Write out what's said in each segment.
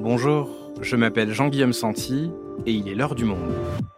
Bonjour, je m'appelle Jean-Guillaume Santi et il est l'heure du monde.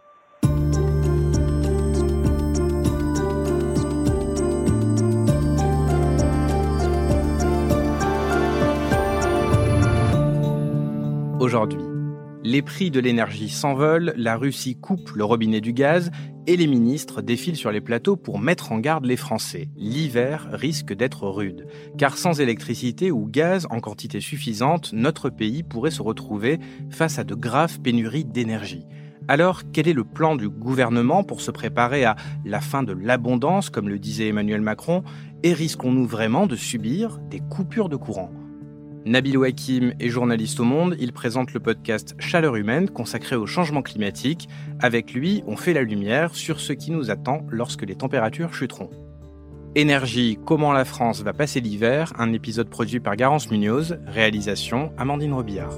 Aujourd'hui, les prix de l'énergie s'envolent, la Russie coupe le robinet du gaz et les ministres défilent sur les plateaux pour mettre en garde les Français. L'hiver risque d'être rude, car sans électricité ou gaz en quantité suffisante, notre pays pourrait se retrouver face à de graves pénuries d'énergie. Alors, quel est le plan du gouvernement pour se préparer à la fin de l'abondance, comme le disait Emmanuel Macron, et risquons-nous vraiment de subir des coupures de courant ? Nabil Ouakim est journaliste au Monde, il présente le podcast Chaleur humaine consacré au changement climatique. Avec lui, on fait la lumière sur ce qui nous attend lorsque les températures chuteront. Énergie, comment la France va passer l'hiver, un épisode produit par Garance Munoz, réalisation Amandine Robillard.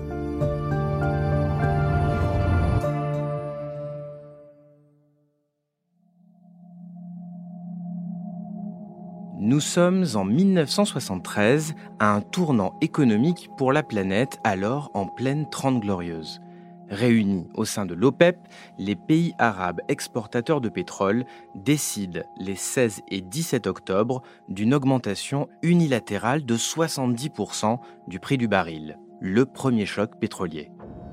Nous sommes en 1973, à un tournant économique pour la planète, alors en pleine Trente Glorieuses. Réunis au sein de l'OPEP, les pays arabes exportateurs de pétrole décident les 16 et 17 octobre d'une augmentation unilatérale de 70% du prix du baril, le premier choc pétrolier.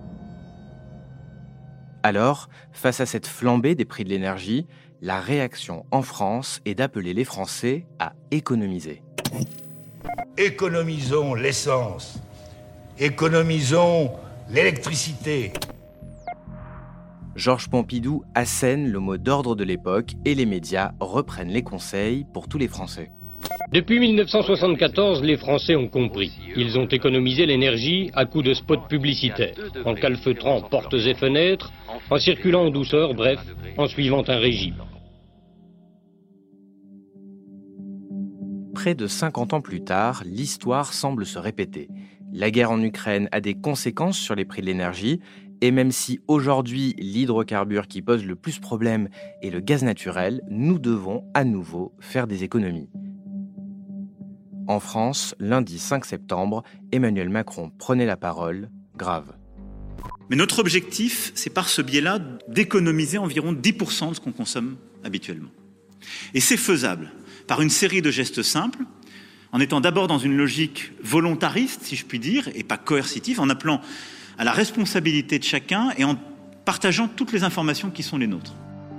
Alors, face à cette flambée des prix de l'énergie, la réaction en France est d'appeler les Français à économiser. Économisons l'essence, économisons l'électricité. Georges Pompidou assène le mot d'ordre de l'époque et les médias reprennent les conseils pour tous les Français. Depuis 1974, les Français ont compris. Ils ont économisé l'énergie à coups de spots publicitaires, en calfeutrant portes et fenêtres, en circulant en douceur, bref, en suivant un régime. Près de 50 ans plus tard, l'histoire semble se répéter. La guerre en Ukraine a des conséquences sur les prix de l'énergie, et même si aujourd'hui l'hydrocarbure qui pose le plus problème est le gaz naturel, nous devons à nouveau faire des économies. En France, lundi 5 septembre, Emmanuel Macron prenait la parole, grave. Mais notre objectif, c'est par ce biais-là d'économiser environ 10% de ce qu'on consomme habituellement. Et c'est faisable par une série de gestes simples, en étant d'abord dans une logique volontariste, si je puis dire, et pas coercitive, en appelant à la responsabilité de chacun et en partageant toutes les informations qui sont les nôtres.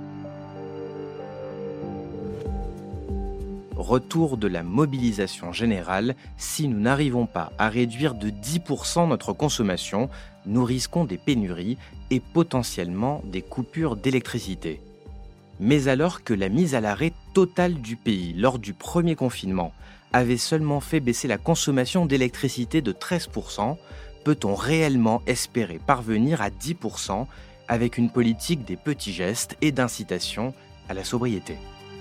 Retour de la mobilisation générale, si nous n'arrivons pas à réduire de 10% notre consommation, nous risquons des pénuries et potentiellement des coupures d'électricité. Mais alors que la mise à l'arrêt totale du pays lors du premier confinement avait seulement fait baisser la consommation d'électricité de 13%, peut-on réellement espérer parvenir à 10% avec une politique des petits gestes et d'incitation à la sobriété ?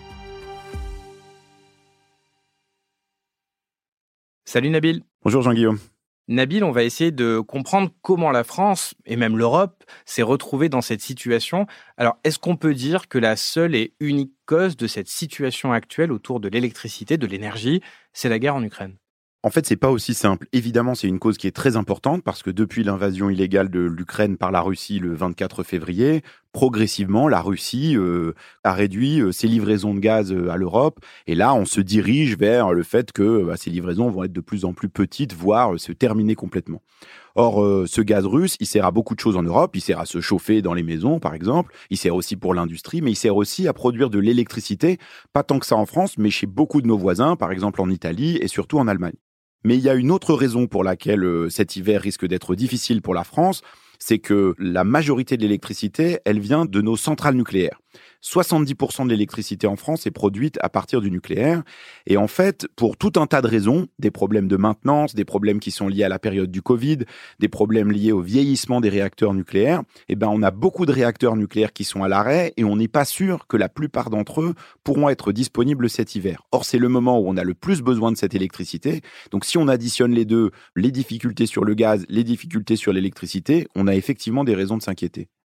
Salut Nabil. Bonjour Jean-Guillaume. Nabil, on va essayer de comprendre comment la France, et même l'Europe, s'est retrouvée dans cette situation. Alors, est-ce qu'on peut dire que la seule et unique cause de cette situation actuelle autour de l'électricité, de l'énergie, c'est la guerre en Ukraine ? En fait, c'est pas aussi simple. Évidemment, c'est une cause qui est très importante parce que depuis l'invasion illégale de l'Ukraine par la Russie le 24 février, progressivement, la Russie a réduit ses livraisons de gaz à l'Europe. Et là, on se dirige vers le fait que ces livraisons vont être de plus en plus petites, voire se terminer complètement. Or, ce gaz russe, il sert à beaucoup de choses en Europe. Il sert à se chauffer dans les maisons, par exemple. Il sert aussi pour l'industrie, mais il sert aussi à produire de l'électricité. Pas tant que ça en France, mais chez beaucoup de nos voisins, par exemple en Italie et surtout en Allemagne. Mais il y a une autre raison pour laquelle cet hiver risque d'être difficile pour la France, c'est que la majorité de l'électricité, elle vient de nos centrales nucléaires. 70% de l'électricité en France est produite à partir du nucléaire. Et en fait, pour tout un tas de raisons, des problèmes de maintenance, des problèmes qui sont liés à la période du Covid, des problèmes liés au vieillissement des réacteurs nucléaires, on a beaucoup de réacteurs nucléaires qui sont à l'arrêt et on n'est pas sûr que la plupart d'entre eux pourront être disponibles cet hiver. Or, c'est le moment où on a le plus besoin de cette électricité. Donc, si on additionne les deux, les difficultés sur le gaz, les difficultés sur l'électricité, on a effectivement des raisons de s'inquiéter.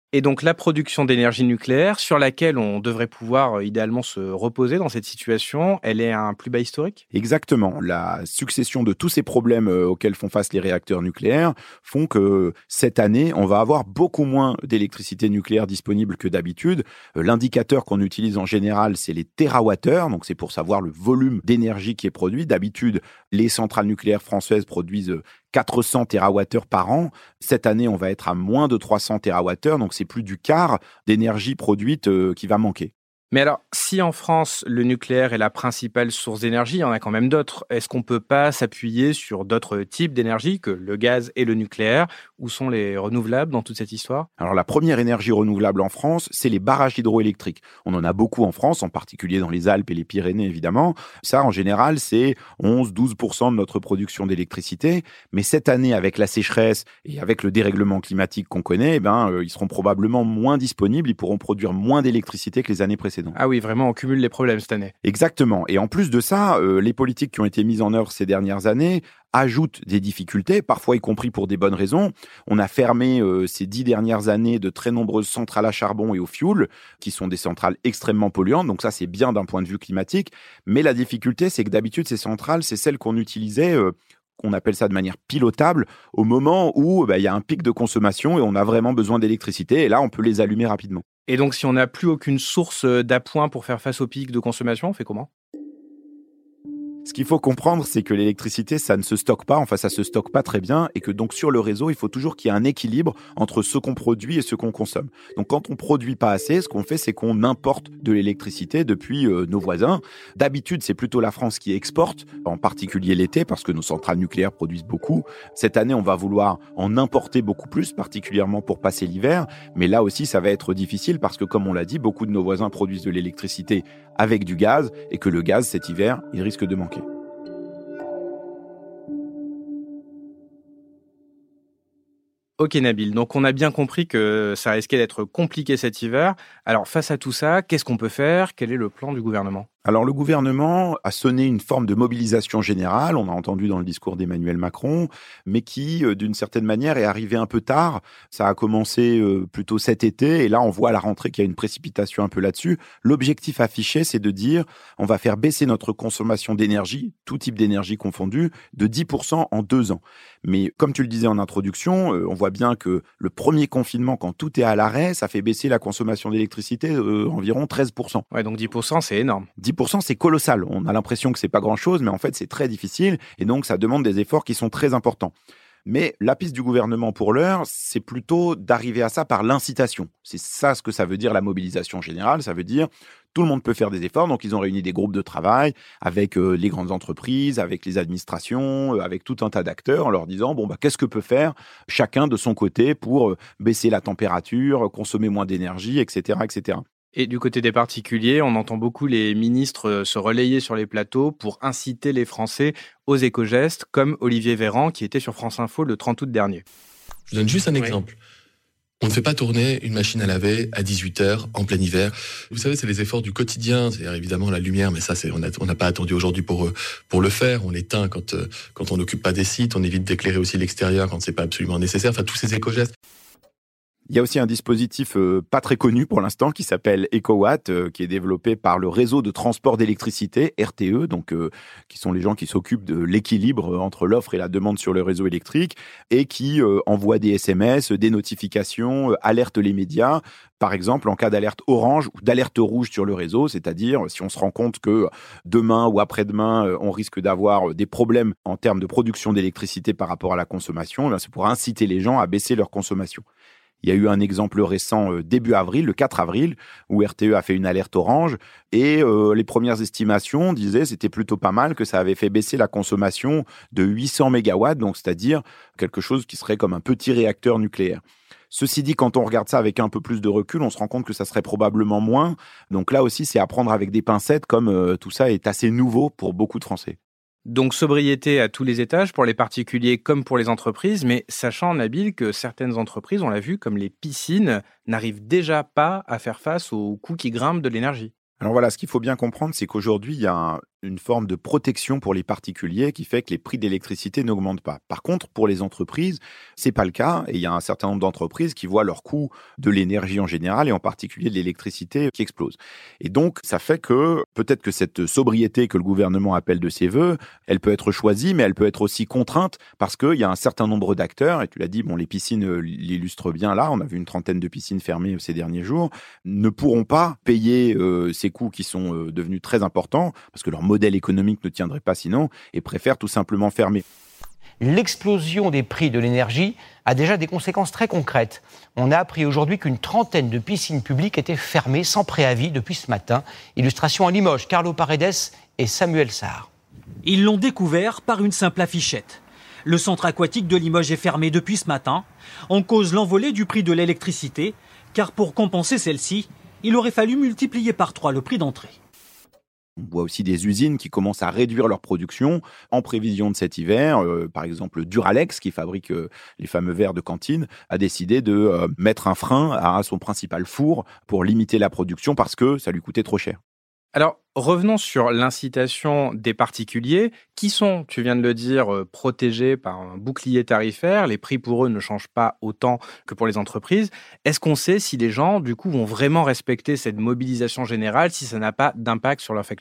Et donc la production d'énergie nucléaire, sur laquelle on devrait pouvoir idéalement se reposer dans cette situation, elle est à un plus bas historique ? Exactement. La succession de tous ces problèmes auxquels font face les réacteurs nucléaires font que cette année, on va avoir beaucoup moins d'électricité nucléaire disponible que d'habitude. L'indicateur qu'on utilise en général, c'est les térawattheures, donc c'est pour savoir le volume d'énergie qui est produit. D'habitude, les centrales nucléaires françaises produisent 400 TWh par an. Cette année, on va être à moins de 300 TWh, donc c'est plus du quart d'énergie produite qui va manquer. Mais alors, si en France, le nucléaire est la principale source d'énergie, il y en a quand même d'autres. Est-ce qu'on ne peut pas s'appuyer sur d'autres types d'énergie que le gaz et le nucléaire ? Où sont les renouvelables dans toute cette histoire ? Alors la première énergie renouvelable en France, c'est les barrages hydroélectriques. On en a beaucoup en France, en particulier dans les Alpes et les Pyrénées évidemment. Ça, en général, c'est 11-12% de notre production d'électricité. Mais cette année, avec la sécheresse et avec le dérèglement climatique qu'on connaît, ils seront probablement moins disponibles. Ils pourront produire moins d'électricité que les années précédentes. Ah oui, vraiment, on cumule les problèmes cette année. Exactement. Et en plus de ça, les politiques qui ont été mises en œuvre ces dernières années ajoutent des difficultés, parfois y compris pour des bonnes raisons. On a fermé ces 10 dernières années de très nombreuses centrales à charbon et au fioul, qui sont des centrales extrêmement polluantes. Donc ça, c'est bien d'un point de vue climatique. Mais la difficulté, c'est que d'habitude, ces centrales, c'est celles qu'on utilisait qu'on appelle ça de manière pilotable, au moment où il y a un pic de consommation et on a vraiment besoin d'électricité. Et là, on peut les allumer rapidement. Et donc, si on n'a plus aucune source d'appoint pour faire face au pic de consommation, on fait comment ? Ce qu'il faut comprendre, c'est que l'électricité, ça ne se stocke pas, ça se stocke pas très bien, et que donc sur le réseau, il faut toujours qu'il y ait un équilibre entre ce qu'on produit et ce qu'on consomme. Donc quand on produit pas assez, ce qu'on fait, c'est qu'on importe de l'électricité depuis nos voisins. D'habitude, c'est plutôt la France qui exporte, en particulier l'été, parce que nos centrales nucléaires produisent beaucoup. Cette année, on va vouloir en importer beaucoup plus, particulièrement pour passer l'hiver, mais là aussi, ça va être difficile parce que, comme on l'a dit, beaucoup de nos voisins produisent de l'électricité avec du gaz, et que le gaz, cet hiver, il risque de manquer. Ok Nabil, donc on a bien compris que ça risquait d'être compliqué cet hiver. Alors face à tout ça, qu'est-ce qu'on peut faire ? Quel est le plan du gouvernement ? Alors le gouvernement a sonné une forme de mobilisation générale, on a entendu dans le discours d'Emmanuel Macron, mais qui, d'une certaine manière, est arrivé un peu tard. Ça a commencé plutôt cet été, et là on voit à la rentrée qu'il y a une précipitation un peu là-dessus. L'objectif affiché, c'est de dire on va faire baisser notre consommation d'énergie, tout type d'énergie confondu, de 10% en 2 ans. Mais comme tu le disais en introduction, on voit bien que le premier confinement, quand tout est à l'arrêt, ça fait baisser la consommation d'électricité environ 13%. Ouais, donc 10%, c'est énorme. 10%, c'est colossal. On a l'impression que c'est pas grand-chose, mais en fait, c'est très difficile. Et donc, ça demande des efforts qui sont très importants. Mais la piste du gouvernement pour l'heure, c'est plutôt d'arriver à ça par l'incitation. C'est ça ce que ça veut dire la mobilisation générale. Ça veut dire tout le monde peut faire des efforts. Donc, ils ont réuni des groupes de travail avec les grandes entreprises, avec les administrations, avec tout un tas d'acteurs en leur disant qu'est-ce que peut faire chacun de son côté pour baisser la température, consommer moins d'énergie, etc., etc. Et du côté des particuliers, on entend beaucoup les ministres se relayer sur les plateaux pour inciter les Français aux éco-gestes, comme Olivier Véran, qui était sur France Info le 30 août dernier. Je vous donne juste un exemple. On ne fait pas tourner une machine à laver à 18h en plein hiver. Vous savez, c'est les efforts du quotidien, c'est-à-dire évidemment la lumière, mais ça, on n'a pas attendu aujourd'hui pour le faire. On l'éteint quand on n'occupe pas des sites, on évite d'éclairer aussi l'extérieur quand c'est pas absolument nécessaire. Enfin, tous ces éco-gestes. Il y a aussi un dispositif pas très connu pour l'instant qui s'appelle EcoWatt, qui est développé par le réseau de transport d'électricité, RTE, donc qui sont les gens qui s'occupent de l'équilibre entre l'offre et la demande sur le réseau électrique, et qui envoie des SMS, des notifications, alerte les médias, par exemple en cas d'alerte orange ou d'alerte rouge sur le réseau, c'est-à-dire si on se rend compte que demain ou après-demain, on risque d'avoir des problèmes en termes de production d'électricité par rapport à la consommation, c'est pour inciter les gens à baisser leur consommation. Il y a eu un exemple récent début avril, le 4 avril, où RTE a fait une alerte orange et les premières estimations disaient c'était plutôt pas mal, que ça avait fait baisser la consommation de 800 mégawatts, donc c'est-à-dire quelque chose qui serait comme un petit réacteur nucléaire. Ceci dit, quand on regarde ça avec un peu plus de recul, on se rend compte que ça serait probablement moins. Donc là aussi, c'est à prendre avec des pincettes, comme tout ça est assez nouveau pour beaucoup de Français. Donc sobriété à tous les étages, pour les particuliers comme pour les entreprises, mais sachant, Nabil, que certaines entreprises, on l'a vu, comme les piscines, n'arrivent déjà pas à faire face aux coûts qui grimpent de l'énergie. Alors voilà, ce qu'il faut bien comprendre, c'est qu'aujourd'hui, il y a une forme de protection pour les particuliers qui fait que les prix de l'électricité n'augmentent pas. Par contre, pour les entreprises, c'est pas le cas et il y a un certain nombre d'entreprises qui voient leur coût de l'énergie en général et en particulier de l'électricité qui explose. Et donc, ça fait que peut-être que cette sobriété que le gouvernement appelle de ses voeux, elle peut être choisie, mais elle peut être aussi contrainte parce qu'il y a un certain nombre d'acteurs, et tu l'as dit, bon, les piscines l'illustrent bien là, on a vu une trentaine de piscines fermées ces derniers jours, ne pourront pas payer ces coûts qui sont devenus très importants parce que leur modèle économique ne tiendrait pas sinon et préfèrent tout simplement fermer. L'explosion des prix de l'énergie a déjà des conséquences très concrètes. On a appris aujourd'hui qu'une trentaine de piscines publiques étaient fermées sans préavis depuis ce matin. Illustration à Limoges, Carlo Paredes et Samuel Sarr. Ils l'ont découvert par une simple affichette. Le centre aquatique de Limoges est fermé depuis ce matin. En cause l'envolée du prix de l'électricité, car pour compenser celle-ci, il aurait fallu multiplier par 3 le prix d'entrée. On voit aussi des usines qui commencent à réduire leur production en prévision de cet hiver. Par exemple, Duralex, qui fabrique les fameux verres de cantine, a décidé de mettre un frein à son principal four pour limiter la production parce que ça lui coûtait trop cher. Alors, revenons sur l'incitation des particuliers qui sont, tu viens de le dire, protégés par un bouclier tarifaire. Les prix pour eux ne changent pas autant que pour les entreprises. Est-ce qu'on sait si les gens, du coup, vont vraiment respecter cette mobilisation générale si ça n'a pas d'impact sur leur facture ?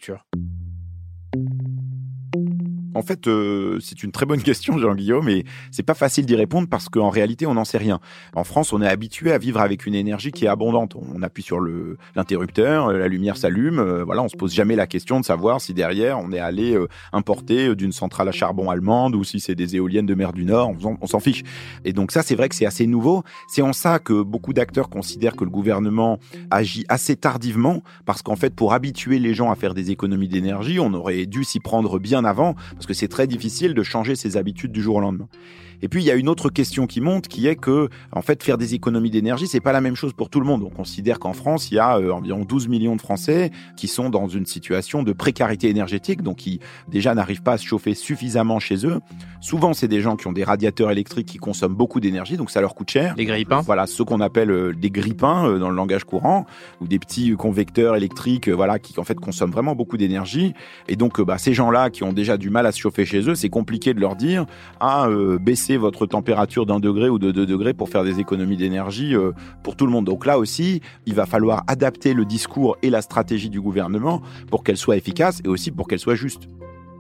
En fait, c'est une très bonne question, Jean-Guillaume, mais c'est pas facile d'y répondre parce qu'en réalité, on n'en sait rien. En France, on est habitué à vivre avec une énergie qui est abondante. On appuie sur l'interrupteur, la lumière s'allume. Voilà, on se pose jamais la question de savoir si derrière, on est allé importer d'une centrale à charbon allemande ou si c'est des éoliennes de mer du Nord. On s'en fiche. Et donc ça, c'est vrai que c'est assez nouveau. C'est en ça que beaucoup d'acteurs considèrent que le gouvernement agit assez tardivement parce qu'en fait, pour habituer les gens à faire des économies d'énergie, on aurait dû s'y prendre bien avant parce que c'est très difficile de changer ses habitudes du jour au lendemain. Et puis, il y a une autre question qui monte, qui est que, en fait, faire des économies d'énergie, c'est pas la même chose pour tout le monde. On considère qu'en France, il y a environ 12 millions de Français qui sont dans une situation de précarité énergétique, donc qui, déjà, n'arrivent pas à se chauffer suffisamment chez eux. Souvent, c'est des gens qui ont des radiateurs électriques qui consomment beaucoup d'énergie, donc ça leur coûte cher. Les grille-pains. Voilà, ceux qu'on appelle des grille-pains dans le langage courant, ou des petits convecteurs électriques, voilà, qui, en fait, consomment vraiment beaucoup d'énergie. Et donc, ces gens-là qui ont déjà du mal à se chauffer chez eux, c'est compliqué de leur dire, baisser votre température d'1 degré ou de 2 degrés pour faire des économies d'énergie pour tout le monde. Donc là aussi, il va falloir adapter le discours et la stratégie du gouvernement pour qu'elle soit efficace et aussi pour qu'elle soit juste.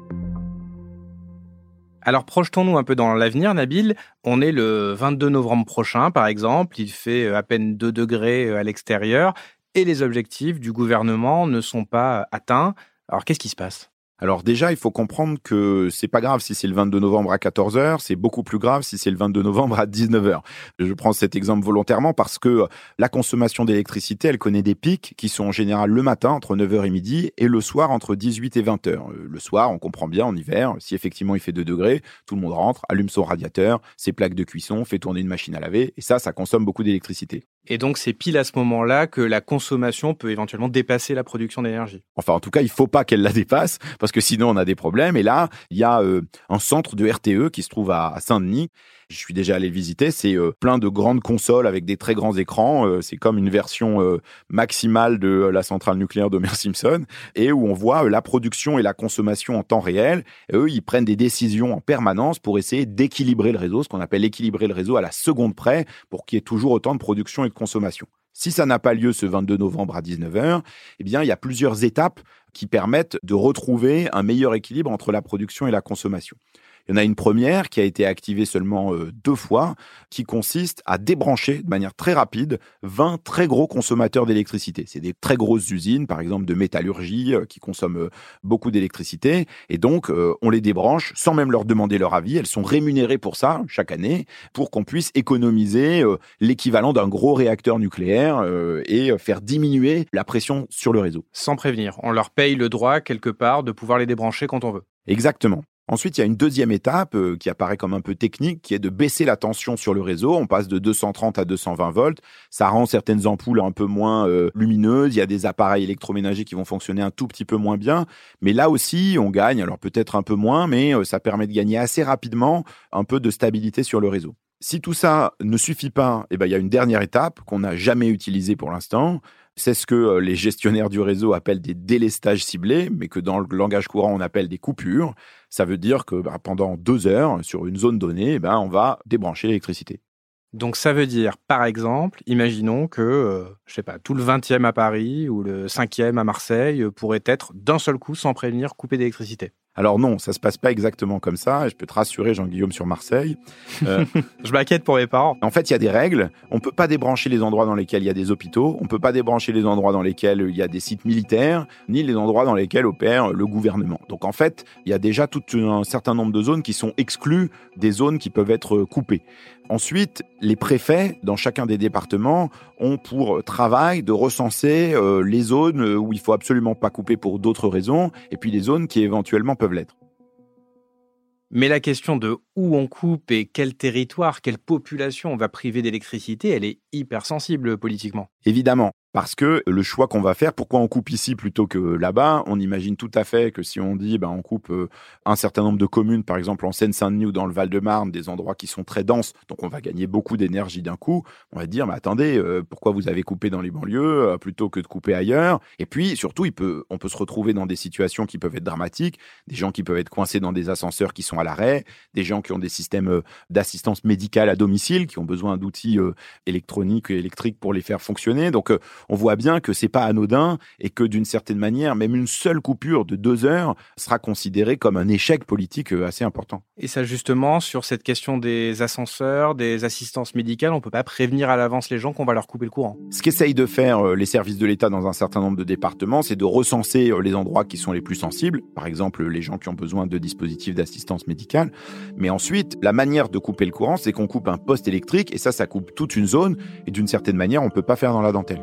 Alors projetons-nous un peu dans l'avenir, Nabil. On est le 22 novembre prochain, par exemple. Il fait à peine 2 degrés à l'extérieur et les objectifs du gouvernement ne sont pas atteints. Alors qu'est-ce qui se passe ? Alors déjà, il faut comprendre que c'est pas grave si c'est le 22 novembre à 14h, c'est beaucoup plus grave si c'est le 22 novembre à 19h. Je prends cet exemple volontairement parce que la consommation d'électricité, elle connaît des pics qui sont en général le matin entre 9h et midi et le soir entre 18 et 20h. Le soir, on comprend bien en hiver, si effectivement il fait 2 degrés, tout le monde rentre, allume son radiateur, ses plaques de cuisson, fait tourner une machine à laver et ça consomme beaucoup d'électricité. Et donc, c'est pile à ce moment-là que la consommation peut éventuellement dépasser la production d'énergie. Enfin, en tout cas, il ne faut pas qu'elle la dépasse, parce que sinon, on a des problèmes. Et là, il y a un centre de RTE qui se trouve à Saint-Denis. Je suis déjà allé le visiter. C'est plein de grandes consoles avec des très grands écrans. C'est comme une version maximale de la centrale nucléaire d'Homer Simpson. Et où on voit la production et la consommation en temps réel. Et eux, ils prennent des décisions en permanence pour essayer d'équilibrer le réseau, ce qu'on appelle équilibrer le réseau à la seconde près, pour qu'il y ait toujours autant de production et de consommation. Si ça n'a pas lieu ce 22 novembre à 19h, eh bien, il y a plusieurs étapes qui permettent de retrouver un meilleur équilibre entre la production et la consommation. Il y en a une première qui a été activée seulement 2 fois, qui consiste à débrancher de manière très rapide 20 très gros consommateurs d'électricité. C'est des très grosses usines, par exemple de métallurgie, qui consomment beaucoup d'électricité. Et donc, on les débranche sans même leur demander leur avis. Elles sont rémunérées pour ça, chaque année, pour qu'on puisse économiser l'équivalent d'un gros réacteur nucléaire et faire diminuer la pression sur le réseau. Sans prévenir, on leur paye le droit, quelque part, de pouvoir les débrancher quand on veut. Exactement. Ensuite, il y a une deuxième étape qui apparaît comme un peu technique, qui est de baisser la tension sur le réseau. On passe de 230 à 220 volts. Ça rend certaines ampoules un peu moins lumineuses. Il y a des appareils électroménagers qui vont fonctionner un tout petit peu moins bien. Mais là aussi, on gagne. Alors peut-être un peu moins, mais ça permet de gagner assez rapidement un peu de stabilité sur le réseau. Si tout ça ne suffit pas, il y a une dernière étape qu'on n'a jamais utilisée pour l'instant. C'est ce que les gestionnaires du réseau appellent des délestages ciblés, mais que dans le langage courant, on appelle des coupures. Ça veut dire que pendant 2 heures, sur une zone donnée, on va débrancher l'électricité. Donc ça veut dire, par exemple, imaginons que, tout le 20e à Paris ou le 5e à Marseille pourrait être d'un seul coup, sans prévenir, coupé d'électricité. Alors non, ça se passe pas exactement comme ça. Et je peux te rassurer, Jean-Guillaume, sur Marseille. Je m'inquiète pour mes parents. En fait, il y a des règles. On peut pas débrancher les endroits dans lesquels il y a des hôpitaux. On peut pas débrancher les endroits dans lesquels il y a des sites militaires, ni les endroits dans lesquels opère le gouvernement. Donc en fait, il y a déjà tout un certain nombre de zones qui sont exclues des zones qui peuvent être coupées. Ensuite, les préfets, dans chacun des départements, ont pour travail de recenser les zones où il faut absolument pas couper pour d'autres raisons, et puis les zones qui éventuellement peuvent l'être. Mais la question de où on coupe et quel territoire, quelle population on va priver d'électricité, elle est hyper sensible politiquement. Évidemment. Parce que le choix qu'on va faire, pourquoi on coupe ici plutôt que là-bas, on imagine tout à fait que si on dit on coupe un certain nombre de communes, par exemple en Seine-Saint-Denis ou dans le Val-de-Marne, des endroits qui sont très denses, donc on va gagner beaucoup d'énergie d'un coup, on va dire, mais attendez, pourquoi vous avez coupé dans les banlieues plutôt que de couper ailleurs? Et puis surtout, on peut se retrouver dans des situations qui peuvent être dramatiques, des gens qui peuvent être coincés dans des ascenseurs qui sont à l'arrêt, des gens qui ont des systèmes d'assistance médicale à domicile, qui ont besoin d'outils électroniques et électriques pour les faire fonctionner. Donc on voit bien que c'est pas anodin et que d'une certaine manière, même une seule coupure de 2 heures sera considérée comme un échec politique assez important. Et ça, justement, sur cette question des ascenseurs, des assistances médicales, on peut pas prévenir à l'avance les gens qu'on va leur couper le courant. Ce qu'essayent de faire les services de l'État dans un certain nombre de départements, c'est de recenser les endroits qui sont les plus sensibles, par exemple les gens qui ont besoin de dispositifs d'assistance médicale. Mais ensuite, la manière de couper le courant, c'est qu'on coupe un poste électrique et ça coupe toute une zone et d'une certaine manière, on peut pas faire dans la dentelle.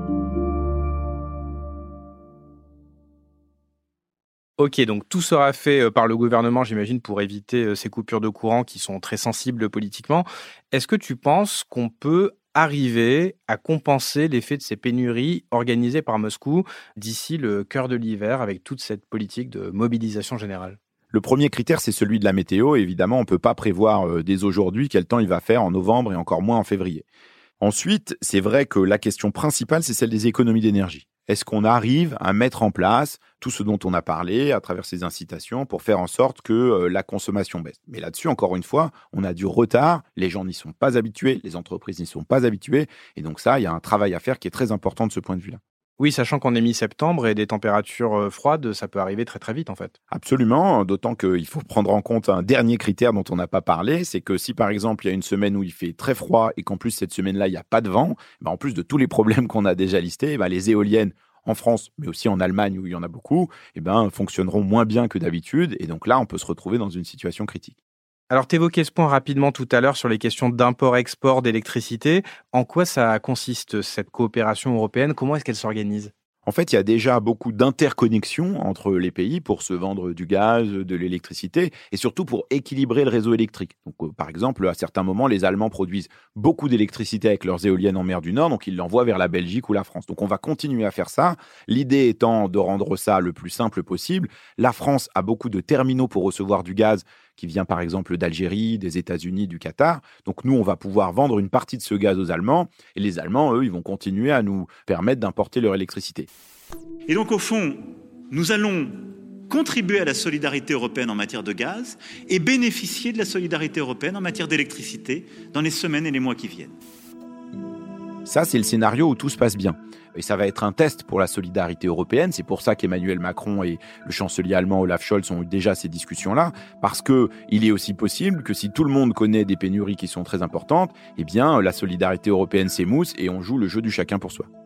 Ok, donc tout sera fait par le gouvernement, j'imagine, pour éviter ces coupures de courant qui sont très sensibles politiquement. Est-ce que tu penses qu'on peut arriver à compenser l'effet de ces pénuries organisées par Moscou d'ici le cœur de l'hiver avec toute cette politique de mobilisation générale ? Le premier critère, c'est celui de la météo. Évidemment, on ne peut pas prévoir dès aujourd'hui quel temps il va faire en novembre et encore moins en février. Ensuite, c'est vrai que la question principale, c'est celle des économies d'énergie. Est-ce qu'on arrive à mettre en place tout ce dont on a parlé à travers ces incitations pour faire en sorte que la consommation baisse? Mais là-dessus, encore une fois, on a du retard, les gens n'y sont pas habitués, les entreprises n'y sont pas habituées, et donc ça, il y a un travail à faire qui est très important de ce point de vue-là. Oui, sachant qu'on est mi-septembre et des températures froides, ça peut arriver très très vite en fait. Absolument, d'autant qu'il faut prendre en compte un dernier critère dont on n'a pas parlé, c'est que si par exemple il y a une semaine où il fait très froid et qu'en plus cette semaine-là il n'y a pas de vent, en plus de tous les problèmes qu'on a déjà listés, les éoliennes en France, mais aussi en Allemagne où il y en a beaucoup, fonctionneront moins bien que d'habitude et donc là on peut se retrouver dans une situation critique. Alors, tu évoquais ce point rapidement tout à l'heure sur les questions d'import-export d'électricité. En quoi ça consiste, cette coopération européenne? Comment est-ce qu'elle s'organise? En fait, il y a déjà beaucoup d'interconnexions entre les pays pour se vendre du gaz, de l'électricité et surtout pour équilibrer le réseau électrique. Donc, par exemple, à certains moments, les Allemands produisent beaucoup d'électricité avec leurs éoliennes en mer du Nord, donc ils l'envoient vers la Belgique ou la France. Donc, on va continuer à faire ça. L'idée étant de rendre ça le plus simple possible. La France a beaucoup de terminaux pour recevoir du gaz qui vient par exemple d'Algérie, des États-Unis, du Qatar. Donc nous, on va pouvoir vendre une partie de ce gaz aux Allemands et les Allemands, eux, ils vont continuer à nous permettre d'importer leur électricité. Et donc au fond, nous allons contribuer à la solidarité européenne en matière de gaz et bénéficier de la solidarité européenne en matière d'électricité dans les semaines et les mois qui viennent. Ça, c'est le scénario où tout se passe bien. Et ça va être un test pour la solidarité européenne. C'est pour ça qu'Emmanuel Macron et le chancelier allemand Olaf Scholz ont eu déjà ces discussions-là. Parce qu'il est aussi possible que si tout le monde connaît des pénuries qui sont très importantes, la solidarité européenne s'émousse et on joue le jeu du chacun pour soi.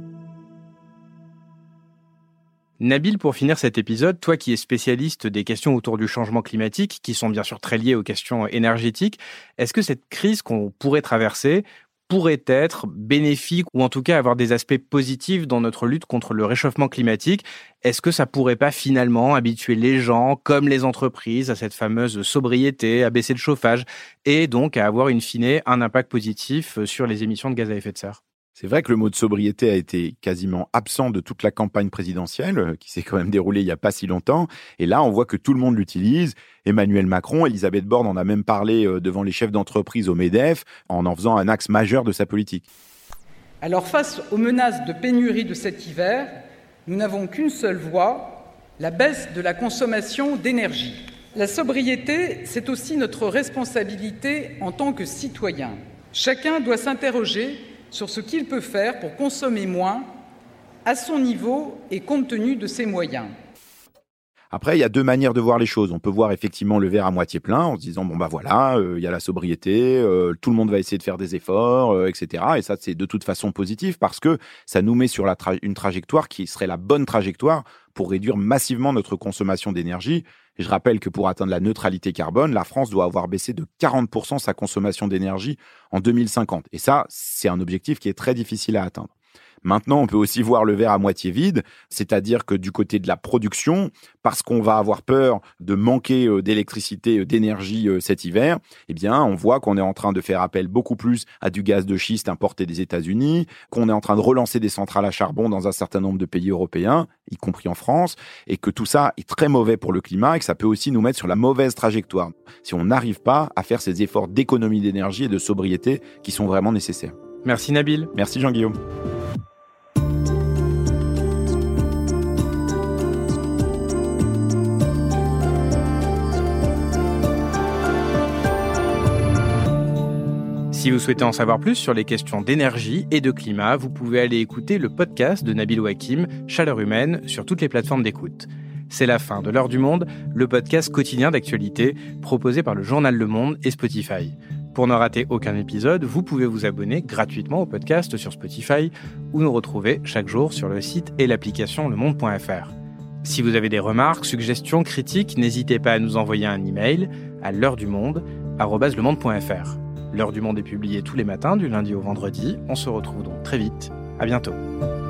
Nabil, pour finir cet épisode, toi qui es spécialiste des questions autour du changement climatique, qui sont bien sûr très liées aux questions énergétiques, est-ce que cette crise qu'on pourrait traverser pourrait être bénéfique ou en tout cas avoir des aspects positifs dans notre lutte contre le réchauffement climatique? Est-ce que ça pourrait pas finalement habituer les gens, comme les entreprises, à cette fameuse sobriété, à baisser le chauffage et donc à avoir in fine un impact positif sur les émissions de gaz à effet de serre? C'est vrai que le mot de sobriété a été quasiment absent de toute la campagne présidentielle, qui s'est quand même déroulée il n'y a pas si longtemps. Et là, on voit que tout le monde l'utilise. Emmanuel Macron, Elisabeth Borne en a même parlé devant les chefs d'entreprise au MEDEF, en faisant un axe majeur de sa politique. Alors face aux menaces de pénurie de cet hiver, nous n'avons qu'une seule voie, la baisse de la consommation d'énergie. La sobriété, c'est aussi notre responsabilité en tant que citoyen. Chacun doit s'interroger sur ce qu'il peut faire pour consommer moins, à son niveau et compte tenu de ses moyens. Après, il y a deux manières de voir les choses. On peut voir effectivement le verre à moitié plein en se disant bon bah voilà, il y a la sobriété, tout le monde va essayer de faire des efforts, etc. Et ça, c'est de toute façon positif parce que ça nous met sur une trajectoire qui serait la bonne trajectoire pour réduire massivement notre consommation d'énergie. Et je rappelle que pour atteindre la neutralité carbone, la France doit avoir baissé de 40% sa consommation d'énergie en 2050. Et ça, c'est un objectif qui est très difficile à atteindre. Maintenant, on peut aussi voir le verre à moitié vide, c'est-à-dire que du côté de la production, parce qu'on va avoir peur de manquer d'électricité, d'énergie cet hiver, eh bien, on voit qu'on est en train de faire appel beaucoup plus à du gaz de schiste importé des États-Unis, qu'on est en train de relancer des centrales à charbon dans un certain nombre de pays européens, y compris en France, et que tout ça est très mauvais pour le climat et que ça peut aussi nous mettre sur la mauvaise trajectoire si on n'arrive pas à faire ces efforts d'économie d'énergie et de sobriété qui sont vraiment nécessaires. Merci Nabil. Merci Jean-Guillaume. Si vous souhaitez en savoir plus sur les questions d'énergie et de climat, vous pouvez aller écouter le podcast de Nabil Wakim, Chaleur humaine, sur toutes les plateformes d'écoute. C'est la fin de l'Heure du Monde, le podcast quotidien d'actualité proposé par le journal Le Monde et Spotify. Pour ne rater aucun épisode, vous pouvez vous abonner gratuitement au podcast sur Spotify ou nous retrouver chaque jour sur le site et l'application lemonde.fr. Si vous avez des remarques, suggestions, critiques, n'hésitez pas à nous envoyer un email à l'heuredumonde@lemonde.fr. L'Heure du Monde est publiée tous les matins du lundi au vendredi. On se retrouve donc très vite. À bientôt.